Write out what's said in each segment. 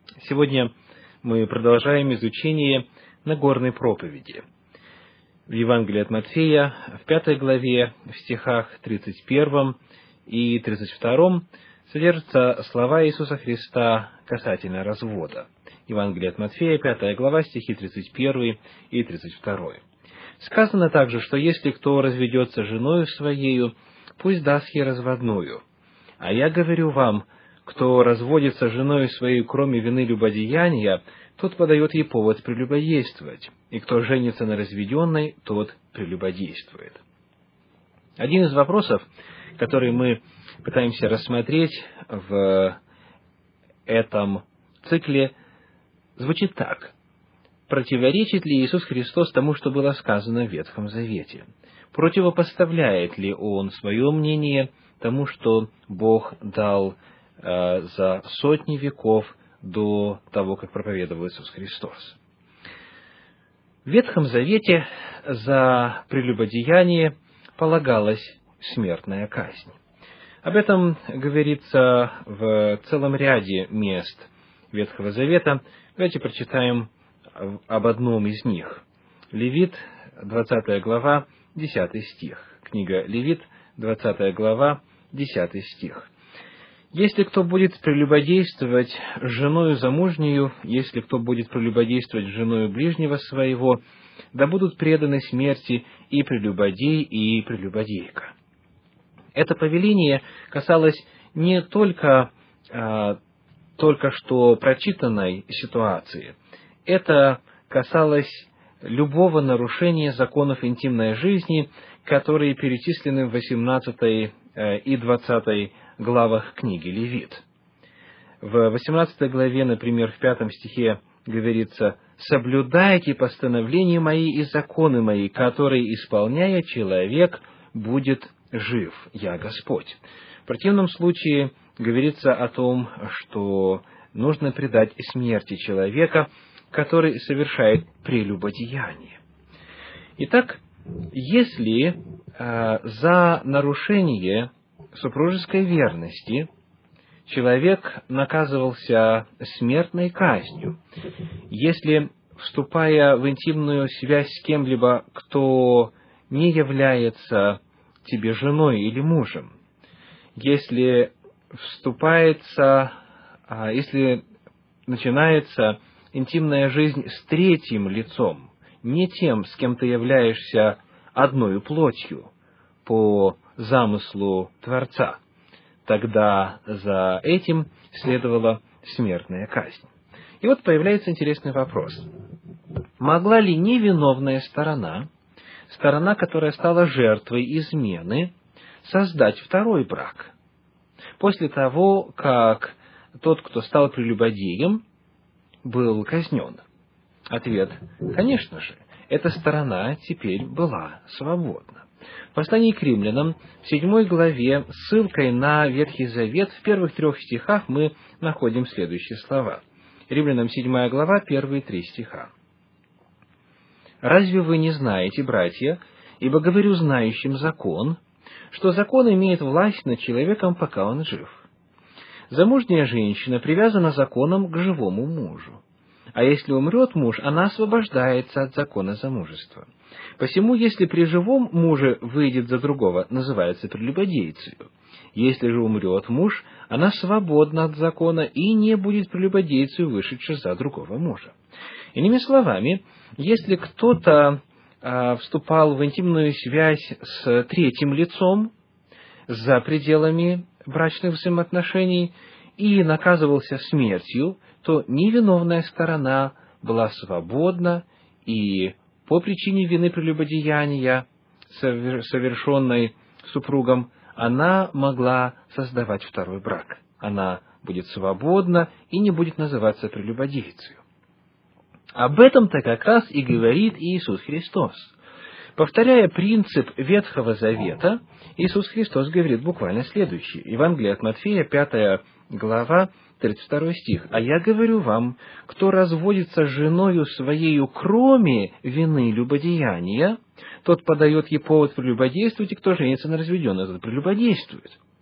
Сегодня мы продолжаем изучение Нагорной проповеди. В Евангелии от Матфея, в 5 главе, в стихах 31 и 32 содержатся слова Иисуса Христа касательно развода. Евангелие от Матфея, 5 глава, стихи 31 и 32. Сказано также, что если кто разведется с женою своею, пусть даст ей разводную. А я говорю вам, кто разводится с женою своей, кроме вины любодеяния, тот подает ей повод прелюбодействовать, и кто женится на разведенной, тот прелюбодействует. Один из вопросов, который мы пытаемся рассмотреть в этом цикле, звучит так. Противоречит ли Иисус Христос тому, что было сказано в Ветхом Завете? Противопоставляет ли Он свое мнение тому, что Бог дал за сотни веков до того, как проповедовал Иисус Христос? В Ветхом Завете за прелюбодеяние полагалась смертная казнь. Об этом говорится в целом ряде мест Ветхого Завета. Давайте прочитаем об одном из них. Левит, 20 глава, 10 стих. Книга Левит, 20 глава, 10 стих. «Если кто будет прелюбодействовать с женою замужнею, если кто будет прелюбодействовать с женою ближнего своего, да будут преданы смерти и прелюбодей, и прелюбодейка». Это повеление касалось не только что прочитанной ситуации. Это касалось любого нарушения законов интимной жизни, которые перечислены в 18 и 20 главах книги Левит. В 18 главе, например, в 5 стихе говорится: «Соблюдайте постановления мои и законы мои, которые, исполняя, человек будет жив, я Господь». В противном случае говорится о том, что нужно предать смерти человека, который совершает прелюбодеяние. Итак, если за нарушение супружеской верности человек наказывался смертной казнью, если, вступая в интимную связь с кем-либо, кто не является тебе женой или мужем, если начинается интимная жизнь с третьим лицом, не тем, с кем ты являешься одною плотью по замыслу Творца, тогда за этим следовала смертная казнь. И вот появляется интересный вопрос. Могла ли невиновная сторона, которая стала жертвой измены, создать второй брак после того, как тот, кто стал прелюбодеем, был казнен? Ответ: конечно же, эта сторона теперь была свободна. В послании к римлянам, в 7 главе, ссылкой на Ветхий Завет, в первых 3 стихах мы находим следующие слова. Римлянам 7 глава, первые 3 стиха. «Разве вы не знаете, братья, ибо говорю знающим закон, что закон имеет власть над человеком, пока он жив? Замужняя женщина привязана законом к живому мужу. А если умрет муж, она освобождается от закона замужества. Посему, если при живом муже выйдет за другого, называется прелюбодейцей. Если же умрет муж, она свободна от закона и не будет прелюбодейцей, вышедшей за другого мужа». Иными словами, если кто-то вступал в интимную связь с третьим лицом за пределами брачных взаимоотношений и наказывался смертью, то невиновная сторона была свободна, и по причине вины прелюбодеяния, совершенной супругом, она могла создавать второй брак. Она будет свободна и не будет называться прелюбодейцей. Об этом-то как раз и говорит Иисус Христос. Повторяя принцип Ветхого Завета, Иисус Христос говорит буквально следующее. Евангелие от Матфея, 5 глава, 32 стих. «А я говорю вам, кто разводится с женою своею, кроме вины любодеяния, тот подает ей повод прелюбодействовать, и кто женится на разведенной, тот прелюбодействует».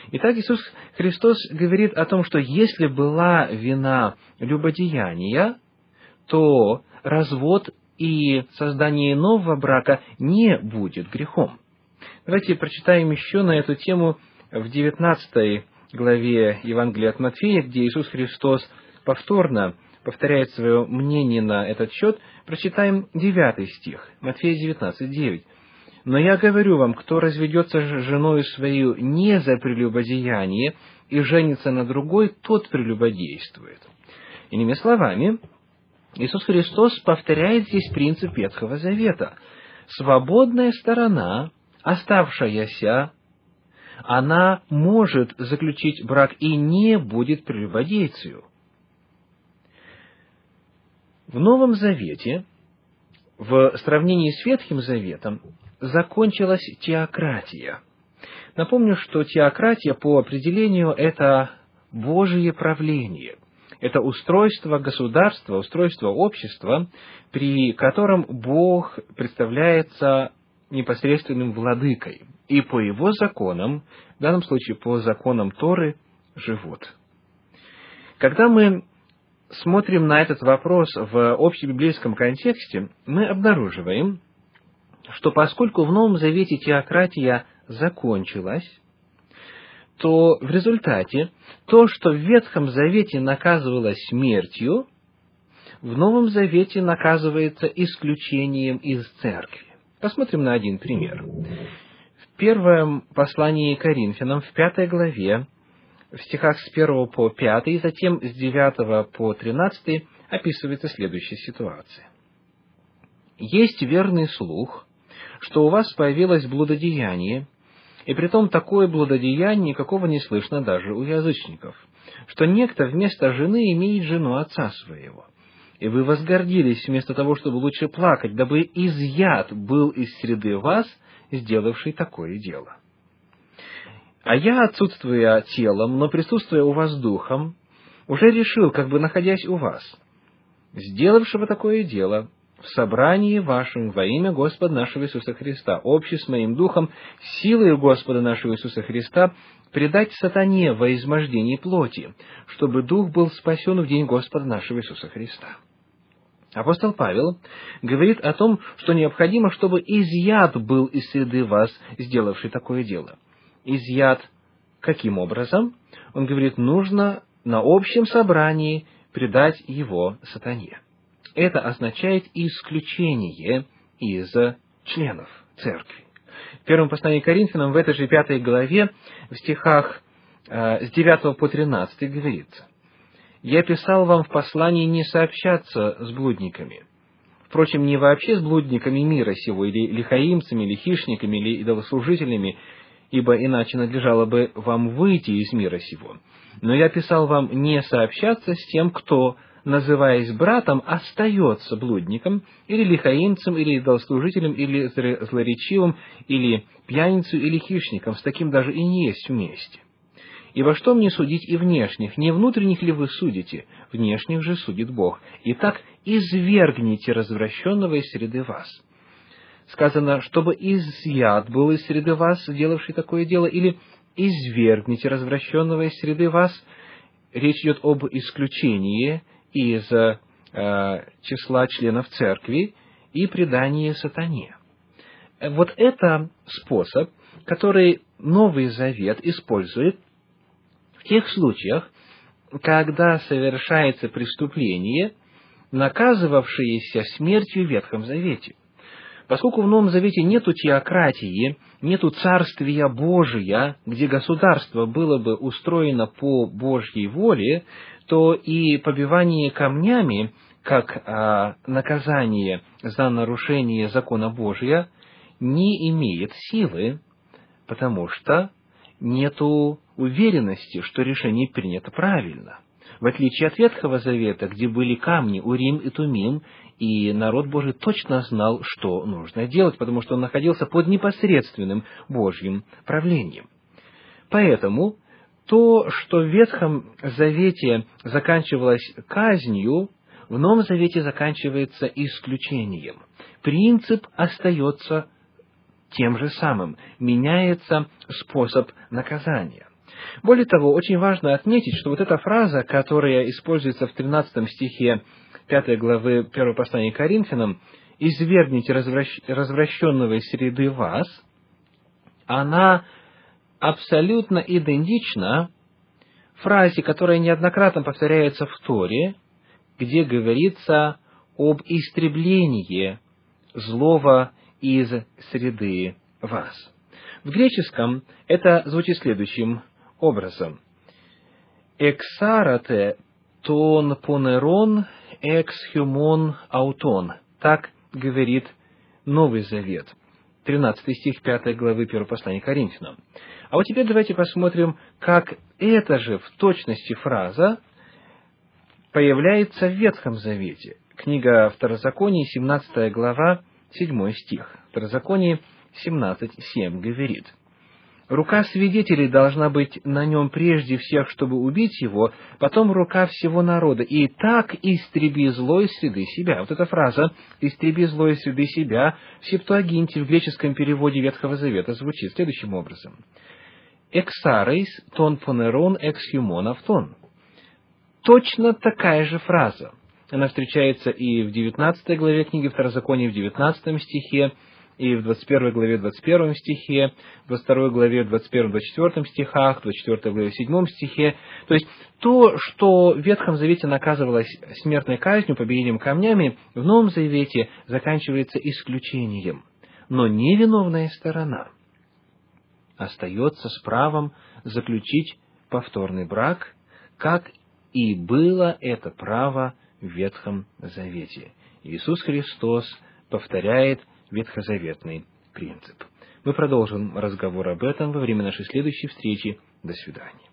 Итак, Иисус Христос говорит о том, что если была вина любодеяния, то развод и создание нового брака не будет грехом. Давайте прочитаем еще на эту тему в 19 главе Евангелия от Матфея, где Иисус Христос повторно повторяет свое мнение на этот счет. Прочитаем 9 стих, Матфея 19:9. «Но я говорю вам, кто разведется с женою свою не за прелюбодеяние и женится на другой, тот прелюбодействует». Иными словами, Иисус Христос повторяет здесь принцип Ветхого Завета. Свободная сторона, оставшаяся, она может заключить брак и не будет прелюбодейцею. В Новом Завете, в сравнении с Ветхим Заветом, закончилась теократия. Напомню, что теократия по определению – это Божие правление. Это устройство государства, устройство общества, при котором Бог представляется непосредственным владыкой. И по его законам, в данном случае по законам Торы, живут. Когда мы смотрим на этот вопрос в общебиблейском контексте, мы обнаруживаем, что поскольку в Новом Завете теократия закончилась, то в результате то, что в Ветхом Завете наказывалось смертью, в Новом Завете наказывается исключением из церкви. Посмотрим на один пример. В первом послании к Коринфянам, в 5 главе, в стихах с 1 по 5, и затем с 9 по 13 описывается следующая ситуация. «Есть верный слух, что у вас появилось блудодеяние, и притом такое блудодеяние, какого не слышно даже у язычников, что некто вместо жены имеет жену отца своего. И вы возгордились вместо того, чтобы лучше плакать, дабы изъят был из среды вас, сделавший такое дело. А я, отсутствуя телом, но присутствуя у вас духом, уже решил, как бы находясь у вас, сделавшего такое дело, в собрании вашем во имя Господа нашего Иисуса Христа, общий с моим духом, силой Господа нашего Иисуса Христа, предать сатане во измождении плоти, чтобы дух был спасен в день Господа нашего Иисуса Христа». Апостол Павел говорит о том, что необходимо, чтобы изъят был из среды вас, сделавший такое дело. Изъят каким образом? Он говорит, нужно на общем собрании предать его сатане. Это означает исключение из членов церкви. В первом послании к Коринфянам, в этой же 5 главе, в стихах с 9 по 13 говорится: «Я писал вам в послании не сообщаться с блудниками. Впрочем, не вообще с блудниками мира сего, или лихаимцами, или хищниками, или идолослужителями, ибо иначе надлежало бы вам выйти из мира сего. Но я писал вам не сообщаться с тем, кто, называясь братом, остается блудником, или лихаимцем, или идолослужителем, или злоречивым, или пьяницей, или хищником, с таким даже и не есть вместе. Ибо что мне судить и внешних? Не внутренних ли вы судите? Внешних же судит Бог. Итак, извергните развращенного из среды вас». Сказано, чтобы изъят был из среды вас, сделавший такое дело, или извергните развращенного из среды вас. Речь идет об исключении из числа членов церкви и предании сатане. Вот это способ, который Новый Завет использует в тех случаях, когда совершается преступление, наказывавшееся смертью в Ветхом Завете. Поскольку в Новом Завете нету теократии, нету царствия Божия, где государство было бы устроено по Божьей воле, то и побивание камнями, как наказание за нарушение закона Божия, не имеет силы, потому что нету уверенности, что решение принято правильно. В отличие от Ветхого Завета, где были камни Урим и Тумим, и народ Божий точно знал, что нужно делать, потому что он находился под непосредственным Божьим правлением. Поэтому то, что в Ветхом Завете заканчивалось казнью, в Новом Завете заканчивается исключением. Принцип остается тем же самым, меняется способ наказания. Более того, очень важно отметить, что вот эта фраза, которая используется в 13 стихе 5 главы 1 послания к Коринфянам, «Извергните развращенного из среды вас», она абсолютно идентична фразе, которая неоднократно повторяется в Торе, где говорится об истреблении злого из среды вас. В греческом это звучит следующим образом. «Эксарате тон понерон экс хюмон аутон». Так говорит Новый Завет. 13 стих 5 главы 1 послания к Коринфянам. А вот теперь давайте посмотрим, как эта же в точности фраза появляется в Ветхом Завете. Книга Второзакония, 17 глава, 7 стих. Второзаконие 17:7 говорит: «Рука свидетелей должна быть на нем прежде всех, чтобы убить его, потом рука всего народа, и так истреби зло из среды себя». Вот эта фраза «истреби зло из среды себя» в Септуагинте, в греческом переводе Ветхого Завета, звучит следующим образом. «Эксарейс тон понерон экс хюмон автон». Точно такая же фраза. Она встречается и в 19 главе книги Второзакония, в 19 стихе, и в 21 главе, 21 стихе, в 22 главе, 21-24 стихах, в 24 главе, 7 стихе. То есть, то, что в Ветхом Завете наказывалось смертной казнью, побиением камнями, в Новом Завете заканчивается исключением. Но невиновная сторона остается с правом заключить повторный брак, как и было это право в Ветхом Завете. Иисус Христос повторяет ветхозаветный принцип. Мы продолжим разговор об этом во время нашей следующей встречи. До свидания.